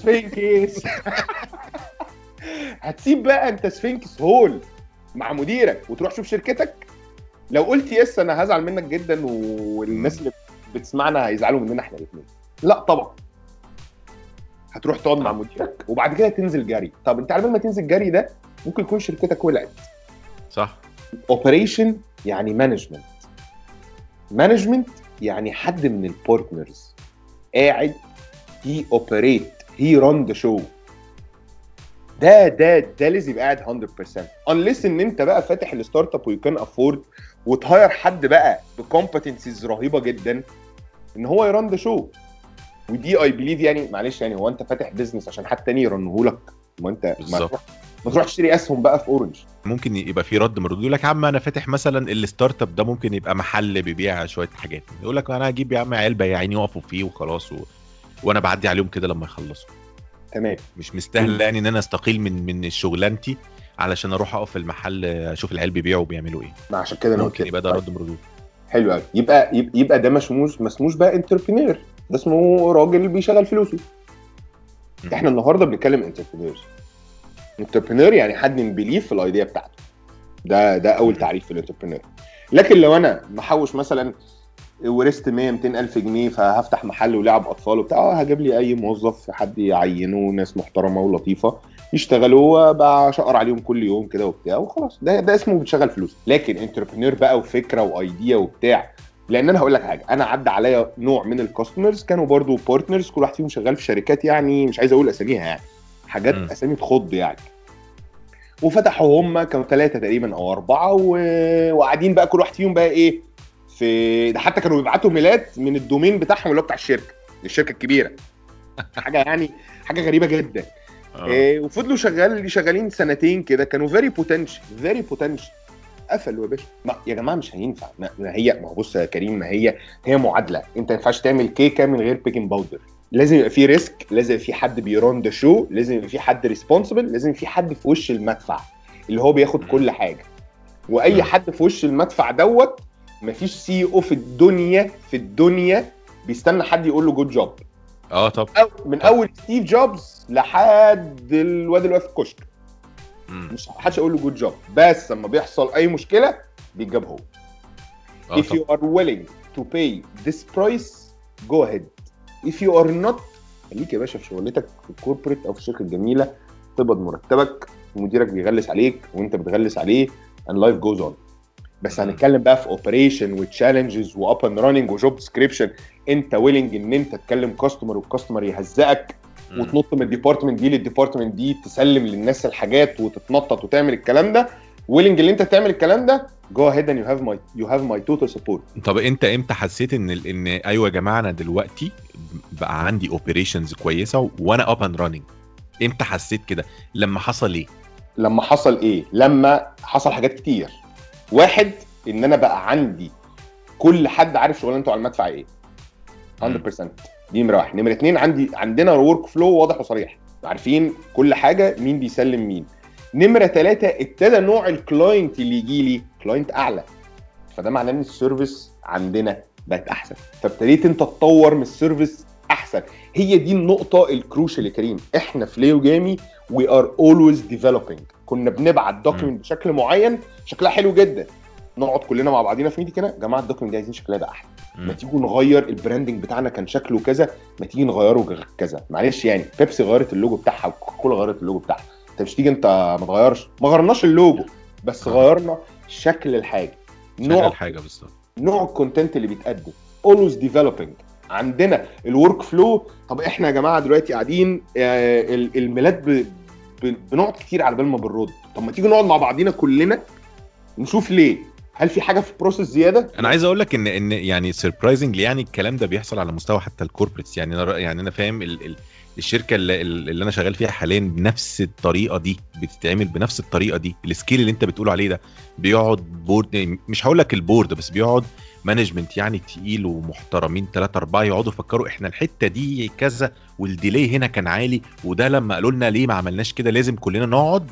هتسيب بقى انت سفينكس هول مع مديرك وتروح شوف شركتك؟ لو قلت يس انا هزعل منك جدا والناس اللي بتسمعنا هيزعلوا مننا احنا الاثنين. لا طبعا. هتروح تقعد مع مديرك وبعد كده تنزل جري. طب انت على ما تنزل جري ده ممكن يكون شركتك ولعت. صح. اوبريشن يعني مانجمنت يعني حد من البارتنرز قاعد هي اوبريت هي ران ذا شو. ده لازم يبقى قاعد 100% unless ان انت بقى فاتح الستارت اب ويكان افورد وتهاير حد بقى بكومبتنسيز رهيبه جدا ان هو يران ذا شو. ودي اي بليف يعني معلش يعني هو انت فاتح بيزنس عشان حد تاني يرنه لك؟ ما انت ما تروح تشتري اسهم بقى في اورنج. ممكن يبقى في رد مردود يقول لك يا عم انا فاتح مثلا الستارت اب ده ممكن يبقى محل بيبيع شويه حاجات، يقول لك انا هجيب يا عم علبه يعني يقفوا فيه وخلاص وانا بعدي عليهم كده لما يخلصوا. تمام. مش مستاهل يعني ان انا استقيل من شغلانتي علشان اروح اقف في المحل اشوف العيال بيبيعوا وبيعملوا ايه. ما عشان كده ممكن يبقى ده رد مردود. حلو قوي. يبقى ده مسموش بقى انتربرينور، ده اسمه راجل بيشغل فلوسه. احنا النهارده بنتكلم انتربرينور يعني حد بيليف في الايديا بتاعته. ده اول تعريف في الانتربرينور. لكن لو انا محوش مثلا ورثت 100-200 الف جنيه فهفتح محل ولعب اطفال وبتاع، هجيب لي اي موظف حد يعينه ناس محترمه ولطيفه يشتغلوا وبقى شقر عليهم كل يوم كده وبتاع وخلاص. ده اسمه بتشغل فلوس. لكن انتربرينور بقى وفكره وايديا وبتاع، لان انا هقول لك حاجه، انا عدى عليا نوع من الكاستمرز كانوا برضو بارتنرز، كل واحد فيهم شغال في شركات يعني مش عايز اقول اساميها يعني حاجات اسامي تخض يعني، وفتحوا هم كانوا 3 تقريبا او 4 وقاعدين بقى كل واحد فيهم بقى ايه في ده، حتى كانوا بيبعتوا ميلات من الدومين بتاعهم اللي هو بتاع الشركه الكبيره. حاجه يعني حاجه غريبه جدا. وفضلوا شغالين سنتين كده، كانوا فيري بوتنشال قفلوا يا باشا. يا جماعه مش هينفع. ما هو بص يا كريم، ما هي معادله. انت ما ينفعش تعمل كيكه من غير بيكنج باودر. لازم يبقى في ريسك، لازم يبقى في حد بيران ذا شو، لازم يبقى في حد ريسبونسبل، لازم في حد في وش المدفع اللي هو بياخد كل حاجه. واي حد في وش المدفع دوت مفيش سي او في الدنيا بيستنى حد يقول له جود جوب. طب من اول ستيف جوبز لحد الواد اللي واقف في الكشك مش حدش يقول له جود جوب، بس لما بيحصل اي مشكله بيتجاب هو. if you are willing to pay this price go ahead, if you are not خليك يا باشا في شغلتك في الكوربريت او في الشركه الجميله، تقبض مرتبك ومديرك بيغلس عليك وانت بتغلس عليه and life goes on. بس هنتكلم بقى في اوبريشن وتشالنجز واب اند راننج وجوب ديسكريبشن. انت ويلنج ان انت تكلم كاستمر والكاستمر يهزقك وتنط من الديبارتمنت دي للديبارتمنت دي، تسلم للناس الحاجات وتتنطط وتعمل الكلام ده، ويلنج اللي انت تعمل الكلام ده جو هيد اند يو هاف ماي توتال سبورت. طب انت امتى حسيت ان ايوه يا جماعه انا دلوقتي بقى عندي اوبريشنز كويسه وانا اب اند راننج؟ امتى حسيت كده؟ لما حصل ايه؟ لما حصل حاجات كتير. واحد، ان انا بقى عندي كل حد عارف شغلانته على المدفع ايه 100%. دي نمره 1. نمره 2، عندنا ورك فلو واضح وصريح، عارفين كل حاجه مين بيسلم مين. نمره 3، ابتدى نوع الكلاينت اللي يجي لي كلاينت اعلى، فده معناه ان السيرفيس عندنا بقت احسن، فابتديت انت تطور من السيرفيس احسن. هي دي النقطه الكروشال يا كريم. احنا في ليو جامي we are always developing. كنا بنبعت دوكيمنت بشكل معين شكلها حلو جدا، نقعد كلنا مع بعضينا في ميتنج كده، يا جماعه الدوكيمنت دي عايزين شكلها يبقى احلى، ما تيجوا نغير البراندنج بتاعنا كان شكله كذا، ما تيجي نغيره كذا. معلش يعني بيبسي غيرت اللوجو بتاعها وكوكاكولا غيرت اللوجو بتاعها، انت مش تيجي انت ما غيرناش اللوجو بس غيرنا شكل الحاجه، نوع الحاجه بالظبط، نوع الكونتنت اللي بيتقدم. always developing. عندنا الورك فلو. طب احنا يا جماعه دلوقتي قاعدين الميلاد بنقعد كتير على بال ما بنرد، طب ما تيجي نقعد مع بعضينا كلنا نشوف ليه، هل في حاجه في البروسيس زياده؟ انا عايز اقول لك ان يعني سربرايزنجلي يعني الكلام ده بيحصل على مستوى حتى الكوربريتس. يعني انا فاهم الشركه اللي انا شغال فيها حاليا بنفس الطريقه دي بتتعمل بنفس الطريقه دي. السكيل اللي انت بتقول عليه ده بيقعد بورد، مش هقول لك البورد بس، بيقعد مانجمنت يعني تقيل ومحترمين 3-4 يقعدوا يفكروا احنا الحته دي كذا والديلي هنا كان عالي، وده لما قالوا لنا ليه ما عملناش كده، لازم كلنا نقعد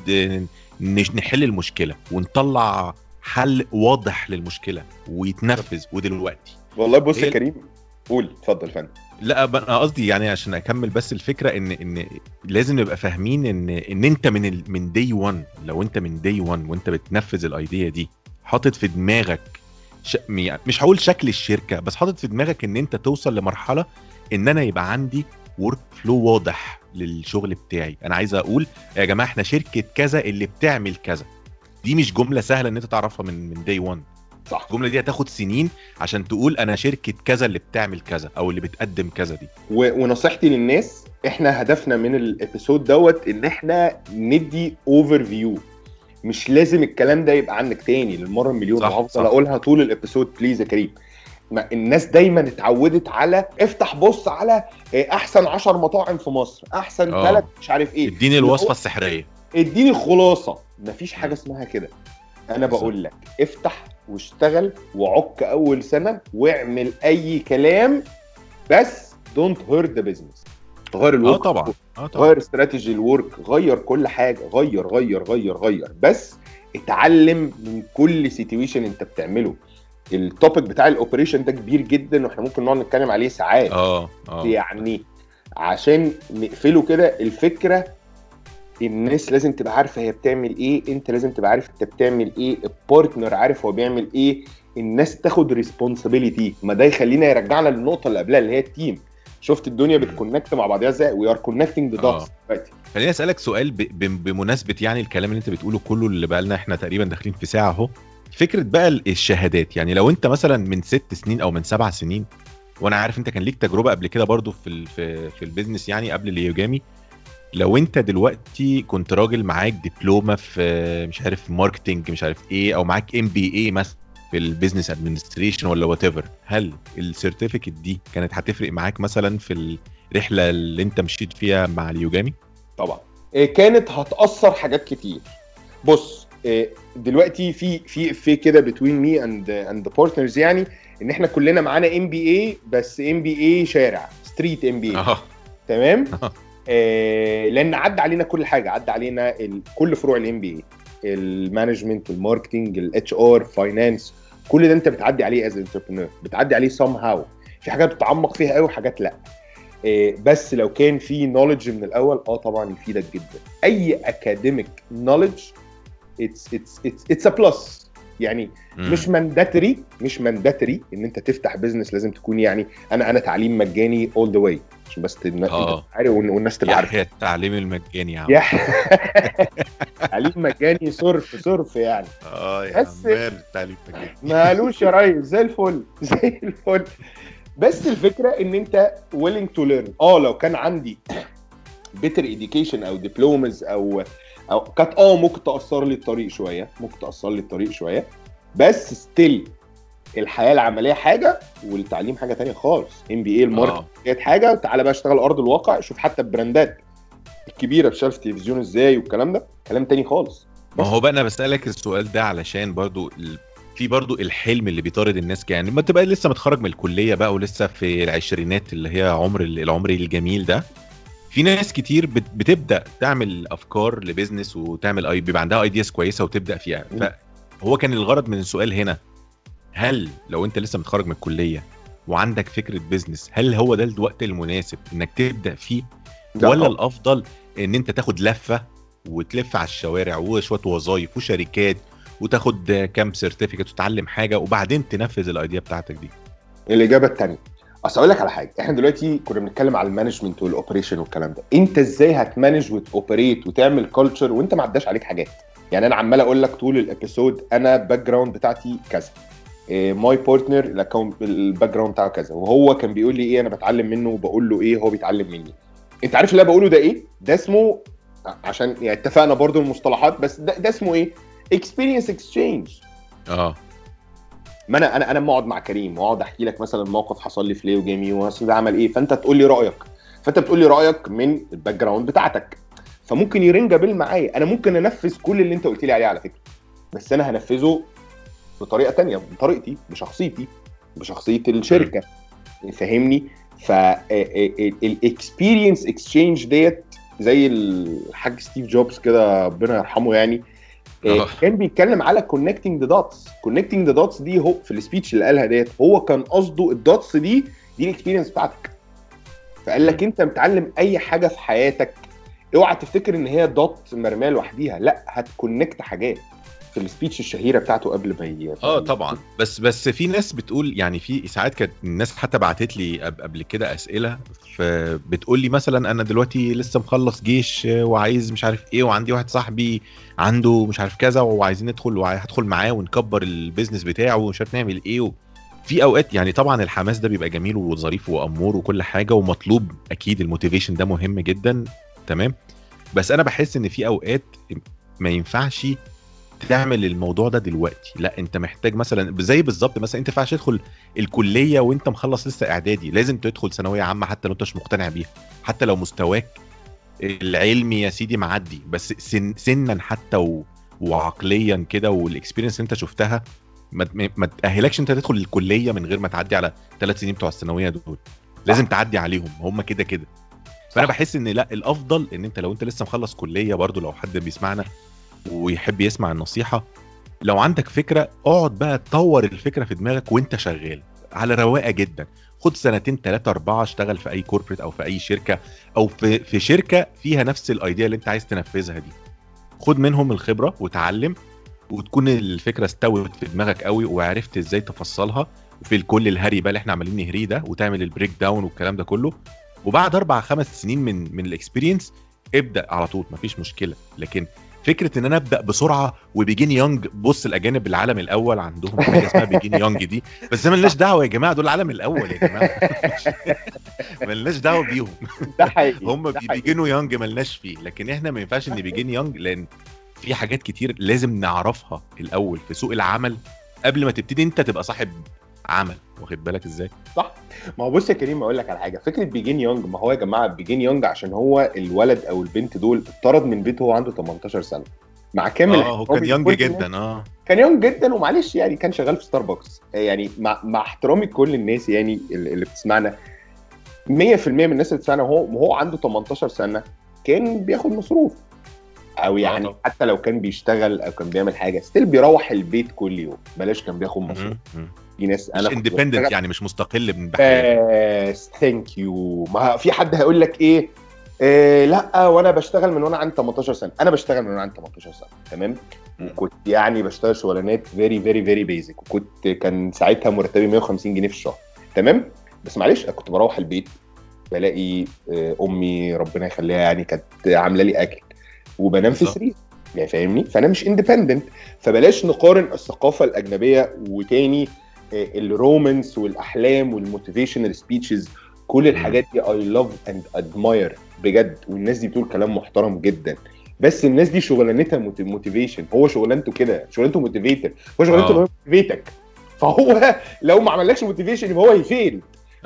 نحل المشكله ونطلع حل واضح للمشكله ويتنفذ. ودلوقتي والله بص يا كريم، قول اتفضل فندم. لا انا قصدي يعني عشان اكمل بس الفكره ان لازم نبقى فاهمين ان انت من داي 1، لو انت من داي 1 وانت بتنفذ الايديا دي حاطط في دماغك مش هقول شكل الشركه، بس حاطط في دماغك ان انت توصل لمرحله ان انا يبقى عندي ورك فلو واضح للشغل بتاعي. انا عايز اقول يا جماعه احنا شركه كذا اللي بتعمل كذا. دي مش جمله سهله ان انت تعرفها من داي 1. صح. الجمله دي هتاخد سنين عشان تقول انا شركه كذا اللي بتعمل كذا او اللي بتقدم كذا دي. ونصيحتي للناس، احنا هدفنا من الابيسود دوت ان احنا ندي اوفر فيو. مش لازم الكلام ده يبقى عندك تاني للمره المليون، وهفضل اقولها طول الابيسود بليز يا كريم. الناس دايما اتعودت على افتح بص على احسن 10 مطاعم في مصر، احسن 3 مش عارف ايه، اديني الوصفه السحريه، اديني الخلاصه. مفيش حاجه اسمها كده. انا بقول لك افتح واشتغل وعك اول سنه واعمل اي كلام، بس دونت هيرت ذا بزنس. غير الورك طبعا غير استراتيجي الورك، غير كل حاجه، غير بس اتعلم من كل سيتويشن انت بتعمله. التوبيك بتاع الاوبريشن ده كبير جدا واحنا ممكن نقعد نتكلم عليه ساعات. يعني عشان نقفله كده الفكره، الناس لازم تبقى عارفه هي بتعمل ايه، انت لازم تبقى عارف انت بتعمل ايه، البارتنر عارف هو بيعمل ايه، الناس تاخد ريسبونسابيلتي. ما ده يخلينا يرجعنا للنقطه اللي قبلها اللي هي التيم. شفت الدنيا بتكونكت مع بعضها ازاي؟ وي ار كونكتنج ذا دوتس دلوقتي. خليني اسالك سؤال بمناسبه يعني الكلام اللي انت بتقوله كله اللي بقى لنا احنا تقريبا داخلين في ساعه اهو. فكره بقى الشهادات، يعني لو انت مثلا من 6 سنين او من 7 سنين، وانا عارف انت كان ليك تجربه قبل كده برضو في البيزنس يعني قبل اليوجامي، لو انت دلوقتي كنت راجل معاك دبلومه في مش عارف ماركتنج مش عارف ايه، او معاك MBA مثلا في البيزنس ادمنستريشن ولا وات ايفر، هل السيرتيفيكت دي كانت هتفرق معاك مثلا في الرحله اللي انت مشيت فيها مع اليوجامي؟ طبعا كانت هتاثر حاجات كتير. بص دلوقتي في كده between me and the partners، يعني ان احنا كلنا معانا MBA، بس MBA شارع ستريت MBA. تمام. لان عدى علينا كل حاجه، عدى علينا كل فروع MBA، المانجمنت، الماركتنج، الHR، فاينانس، كل ده انت بتعدي عليه از انتربرنور، بتعدي عليه somehow. في حاجات بتتعمق فيها قوي وحاجات لا. بس لو كان في نوليدج من الاول طبعا يفيدك جدا. اي اكاديميك نوليدج it's a plus يعني. مش مانداتري ان انت تفتح بزنس لازم تكون يعني انا تعليم مجاني all the way عشان بس عارف والناس تبقى عارفه. التعليم المجاني يا عم. تعليم مجاني صرف يعني. يا عمال التعليم مجاني مالوش يا ريس، زي الفل. بس الفكره ان انت willing to learn. لو كان عندي better education او diplomas او كانت ممكن تأثر لي الطريق شويه، بس ستيل الحياه العمليه حاجه والتعليم حاجه تانية خالص. MBA الماركت حاجه، وتعالى بقى اشتغل ارض الواقع، شوف حتى البراندات الكبيره بتشتغل في التلفزيون ازاي والكلام ده كلام تاني خالص. ما هو بقى انا بسالك السؤال ده علشان برضو في برضو الحلم اللي بيطارد الناس، يعني ما تبقى لسه متخرج من الكليه بقى ولسه في العشرينات اللي هي العمر الجميل ده. في ناس كتير بتبدا تعمل افكار لبيزنس وتعمل بيبقى عندها ايدياز كويسه وتبدا فيها. فهو كان الغرض من السؤال هنا، هل لو انت لسه متخرج من الكليه وعندك فكره بيزنس، هل هو ده الوقت المناسب انك تبدا فيه، ولا الافضل ان انت تاخد لفه وتلف على الشوارع وشويه وظايف وشركات وتاخد كام سيرتيفيكت وتتعلم حاجه وبعدين تنفذ الايديا بتاعتك دي؟ الاجابه الثانيه. اصل اقول لك على حاجه، احنا دلوقتي كنا بنتكلم على المانجمنت والاوبريشن والكلام ده. انت ازاي هتمانج وتوبريت وتعمل كلتشر وانت ما عداش عليك حاجات؟ يعني انا عمال اقول لك طول الابيسود انا باك جراوند بتاعتي كذا، ماي بارتنر الباك جراوند بتاعه كذا، وهو كان بيقول لي ايه انا بتعلم منه وبقول له ايه هو بيتعلم مني. انت عارف اللي انا بقوله ده ايه؟ ده اسمه، عشان يعني اتفقنا برضو المصطلحات، بس ده اسمه ايه؟ اكسبيرينس اكسشينج. ما انا اقعد مع كريم واقعد احكي لك مثلا موقف حصل لي في ليو جيمي وهسه ده عمل ايه، فانت تقول لي رايك، فانت بتقول لي رايك من الباك جراوند بتاعتك، فممكن يرنج بال معايا. انا ممكن انفذ كل اللي انت قلت لي عليه على فكره، بس انا هنفذه بطريقه تانية، بطريقتي، بشخصيه الشركه، فاهمني؟ فالاكسبيرينس اكسشينج ديت زي الحاج ستيف جوبز كده ربنا يرحمه، يعني كان بيتكلم على connecting the dots دي. هو في السبيتش اللي قالها ديت هو كان قصده الدوتس دي الاكسبيرينس بتاعتك. فقال لك انت متعلم اي حاجه في حياتك، اوعى تفتكر ان هي دوت مرميه لوحديها، لا، هتكونكت حاجات. في السبيتش الشهيره بتاعته قبل ما طبعا. بس في ناس بتقول يعني في ساعات كانت الناس حتى بعتت لي قبل كده اسئله، فبتقول لي مثلا انا دلوقتي لسه مخلص جيش وعايز مش عارف ايه، وعندي واحد صاحبي عنده مش عارف كذا وعايزين ندخل وهدخل معاه ونكبر البيزنس بتاعه ومش عارف نعمل ايه في اوقات يعني طبعا الحماس ده بيبقى جميل وظريف وامور وكل حاجه ومطلوب اكيد، الموتيفيشن ده مهم جدا تمام. بس انا بحس ان في اوقات ما ينفعش تعمل الموضوع ده دلوقتي، لا انت محتاج مثلا زي بالظبط مثلا انت ينفعش تدخل الكليه وانت مخلص لسه اعدادي، لازم تدخل ثانويه عامه حتى لو انت مش مقتنع بيها، حتى لو مستواك العلمي يا سيدي معدي، بس سنا حتى وعقليا كده والاكسبيرينس اللي انت شفتها ما تأهلكش انت تدخل الكليه من غير ما تعدي على 3 سنين بتوع الثانويه دول، لازم تعدي عليهم هم كده. فانا بحس ان لا الافضل ان انت لو انت لسه مخلص كليه، برضو لو حد بيسمعنا ويحب يسمع النصيحه، لو عندك فكره اقعد بقى تطور الفكره في دماغك وانت شغال على رواقه جدا، خد 2 3 4 اشتغل في اي كوربريت او في اي شركه او في شركه فيها نفس الايديا اللي انت عايز تنفذها دي، خد منهم الخبره وتعلم وتكون الفكره استوت في دماغك قوي وعرفت ازاي تفصلها، وفي الكل الهري بقى اللي احنا عمالين نهريه ده، وتعمل البريك داون والكلام ده كله، وبعد 4-5 سنين من الاكسبيرينس ابدا على طول مفيش مشكله. لكن فكره ان انا ابدا بسرعه وبيجين يونج، بص الاجانب العالم الاول عندهم حاجه اسمها بيجين يونج دي، بس مالناش دعوه يا جماعه، دول العالم الاول يا جماعه مالناش دعوه بيهم ده حقيقي هم بيجينوا يونج مالناش فيه، لكن احنا ما ينفعش ان بيجين يونج، لان في حاجات كتير لازم نعرفها الاول في سوق العمل قبل ما تبتدي انت تبقى صاحب عمل، واخد بالك ازاي؟ صح. ما هو بص يا كريم اقول لك على حاجه، فكره بيجين يونج، ما هو يا جماعه بيجين يونج عشان هو الولد او البنت دول اتطرد من بيته وهو عنده 18 سنه، مع كامل هو كان يونج جدا كان يونج جدا، ومعلش يعني كان شغال في ستاربكس، يعني مع احترامي لكل الناس يعني اللي بتسمعنا، 100% من الناس اللي بتسمعنا وهو عنده 18 سنه كان بياخد مصروف، او يعني حتى لو كان بيشتغل او كان بيعمل حاجه ستيل بيروح البيت كل يوم، بلاش كان بياخد مصروف. في ناس انا اندبندنت يعني مش مستقل من بحاجه. ثانك يو. ما في حد هيقول لك ايه لا وانا بشتغل من وانا عندي 18 سنه، انا بشتغل من وانا عندي 18 سنه تمام، وكنت يعني بشتغل شغلانات فيري فيري فيري بيزك، كان ساعتها مرتبي 150 جنيه في الشهر تمام، بس معلش كنت بروح البيت بلاقي امي ربنا يخليها يعني كانت عامله لي اكل وبنام في سرير، يعني فاهمني، فانا مش اندبندنت. فبلاش نقارن الثقافه الاجنبيه وتاني الرومانس والاحلام والموتيفيشنال سبيتشز، كل الحاجات دي اي لاف اند ادماير بجد، والناس دي بتقول كلام محترم جدا، بس الناس دي شغلانتها موتيفيشن، هو شغلانته كده، شغلانته موتيفيتر، هو شغلانته انه موتيفيتك، فهو لو ما عملكش موتيفيشن يبقى هو يفيل.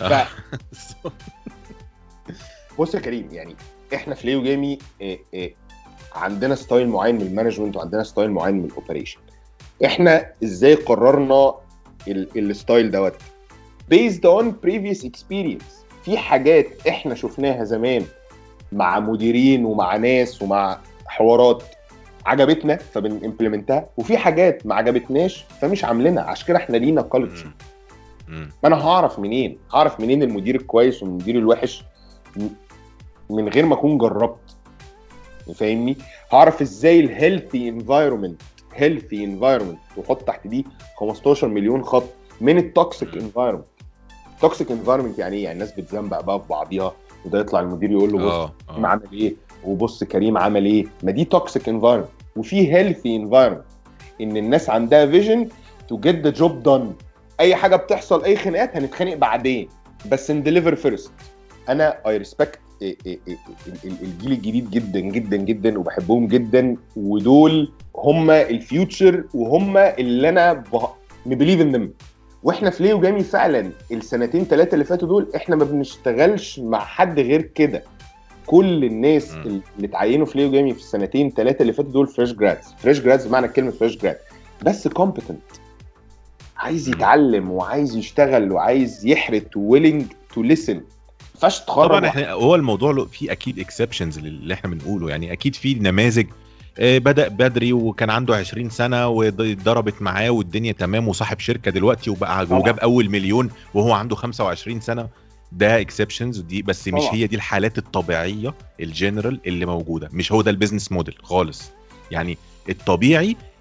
بص يا كريم، يعني احنا في ليو جيمي عندنا ستايل معين من المانجمنت وعندنا ستايل معين من الاوبريشن. احنا ازاي قررنا الستايل دوت؟ based on previous experience. في حاجات احنا شفناها زمان مع مديرين ومع ناس ومع حوارات عجبتنا فبنimplementها، وفي حاجات ما عجبتناش فمش عاملينها، عشان كده احنا لينا كالتشر. ما انا هعرف منين المدير الكويس والمدير الوحش من غير ما اكون جربت؟ فاهمني؟ هعرف ازاي الهيلثي انفايرمنت وحط تحت دي 15 مليون خط من التوكسيك انفايرمنت. توكسيك انفايرمنت يعني ايه؟ يعني الناس بتزنبق بقى في بعضيها، وده يطلع المدير يقول له بص كريم عمل ايه، وبص كريم عمل ايه، ما دي توكسيك انفايرمنت. وفي هيلثي انفايرمنت ان الناس عندها فيجن تو جيت ذا جوب دون، اي حاجه بتحصل اي خناقات هنتخانق بعدين بس نديليفر فيرست. انا اي ريسبكت الجيل الجديد جدا جدا جدا وبحبهم جدا، ودول هم الفيوتشر وهم اللي انا ببليف ان them. واحنا في ليو جيمي فعلا السنتين 3 اللي فاتوا دول احنا ما بنشتغلش مع حد غير كده. كل الناس اللي اتعينوا في ليو جيمي في السنتين 3 اللي فاتوا دول فريش جرادز بمعنى كلمه فريش جراد، بس كومبتنت، عايز يتعلم وعايز يشتغل وعايز يحرت ويلينج تو ليسن. فاش تخرج طبعا احنا هو الموضوع له في اكيد اكسبشنز اللي احنا بنقوله، يعني اكيد في نماذج بدأ بدري وكان عنده 20 سنة وضربت معاه والدنيا تمام وصاحب شركة دلوقتي وجاب اول مليون وهو عنده 25 سنة. ده اكسبشنز دي، بس مش هي دي الحالات الطبيعية الجنرال اللي موجودة، مش هو ده البيزنس موديل خالص. يعني الطبيعي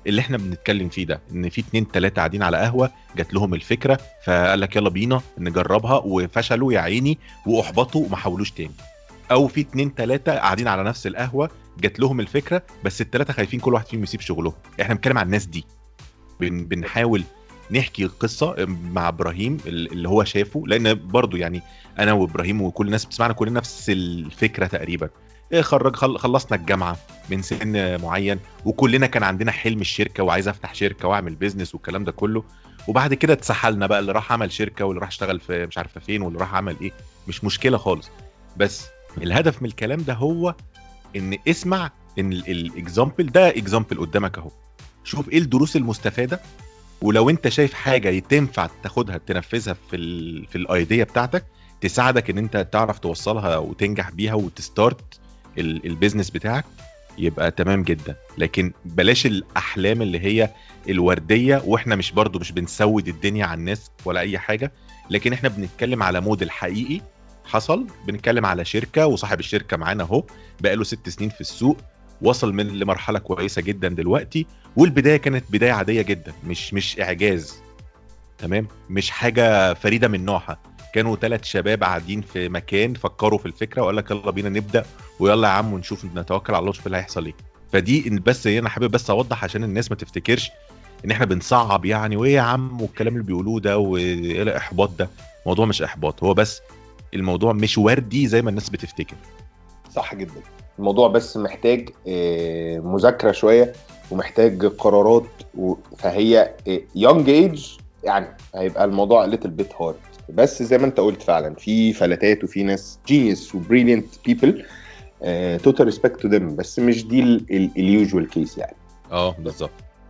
اللي احنا بنتكلم فيه ده، ان في 2-3 قاعدين على قهوه جات لهم الفكره فقال لك يلا بينا نجربها، وفشلوا يا عيني واحبطوا وما حاولوش تاني. او في 2-3 قاعدين على نفس القهوه جات لهم الفكره بس ال3 خايفين كل واحد فيهم يسيب شغله. احنا بنتكلم عن الناس دي، بنحاول نحكي القصه مع ابراهيم اللي هو شافه، لان برضو يعني انا وابراهيم وكل الناس بتسمعنا كلنا نفس الفكره تقريبا. خلصنا الجامعه من سن معين وكلنا كان عندنا حلم الشركه وعايز افتح شركه واعمل بيزنس والكلام ده كله، وبعد كده اتسحلنا بقى، اللي راح عمل شركه واللي راح اشتغل في مش عارفه فين واللي راح عمل ايه، مش مشكله خالص. بس الهدف من الكلام ده هو ان اسمع ان الاكزامبل ده اكزامبل قدامك اهو، شوف ايه الدروس المستفاده، ولو انت شايف حاجه تنفع تاخدها تنفذها في الايديا بتاعتك تساعدك ان انت تعرف توصلها وتنجح بيها وتستارت البيزنس بتاعك، يبقى تمام جدا. لكن بلاش الاحلام اللي هي الورديه، واحنا مش برضو مش بنسود الدنيا على الناس ولا اي حاجه، لكن احنا بنتكلم على موديل حقيقي حصل. بنتكلم على شركه وصاحب الشركه معانا اهو بقاله 6 سنين في السوق، وصل من لمرحله كويسه جدا دلوقتي، والبدايه كانت بدايه عاديه جدا، مش اعجاز، تمام، مش حاجه فريده من نوعها. كانوا 3 شباب قاعدين في مكان فكروا في الفكره وقال لك يلا بينا نبدا، ويلا يا عم ونشوف نتوكل على الله ونشوف اللي هيحصل ايه. فدي بس انا حابب بس اوضح عشان الناس ما تفتكرش ان احنا بنصعب يعني وايه يا عم والكلام اللي بيقولوه ده وايه احباط ده. الموضوع مش احباط، هو بس الموضوع مش وردي زي ما الناس بتفتكر. صح جدا، الموضوع بس محتاج مذاكره شويه ومحتاج قرارات فهي يونج ايج يعني هيبقى الموضوع little bit hard. بس زي ما انت قلت فعلا في فلاتات وفي ناس genius و brilliant people total respect to them، بس مش دي اليوجوال كيس يعني. بالظبط.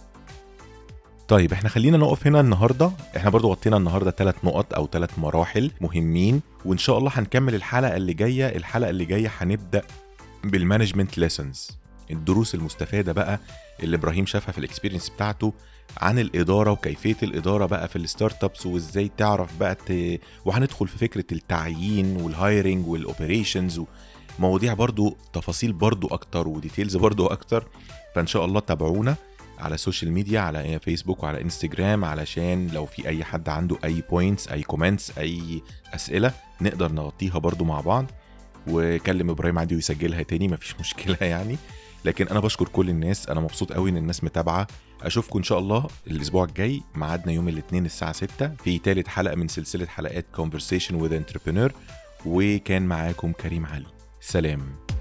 طيب احنا خلينا نقف هنا النهارده. احنا برضو غطينا النهارده 3 نقط او 3 مراحل مهمين، وان شاء الله هنكمل الحلقه اللي جايه هنبدا بالمانجمنت ليسنز، الدروس المستفاده بقى اللي ابراهيم شافها في الاكسبيرينس بتاعته عن الاداره وكيفيه الاداره بقى في الستارت ابس، وازاي تعرف بقى وهندخل في فكره التعيين والهايرنج والاوبريشنز ومواضيع برضو تفاصيل برضو اكتر وديتيلز برضو اكتر. فان شاء الله تابعونا على السوشيال ميديا، على فيسبوك وعلى انستجرام، علشان لو في اي حد عنده اي بوينتس اي كومنتس اي اسئله نقدر نغطيها برضو مع بعض. وكلم ابراهيم عادي ويسجلها تاني مفيش مشكله يعني. لكن انا بشكر كل الناس، انا مبسوط قوي ان الناس متابعه. اشوفكم ان شاء الله الاسبوع الجاي، ميعادنا يوم الاثنين الساعه 6 في ثالث حلقه من سلسله حلقات Conversation with Entrepreneur، وكان معاكم كريم علي. سلام.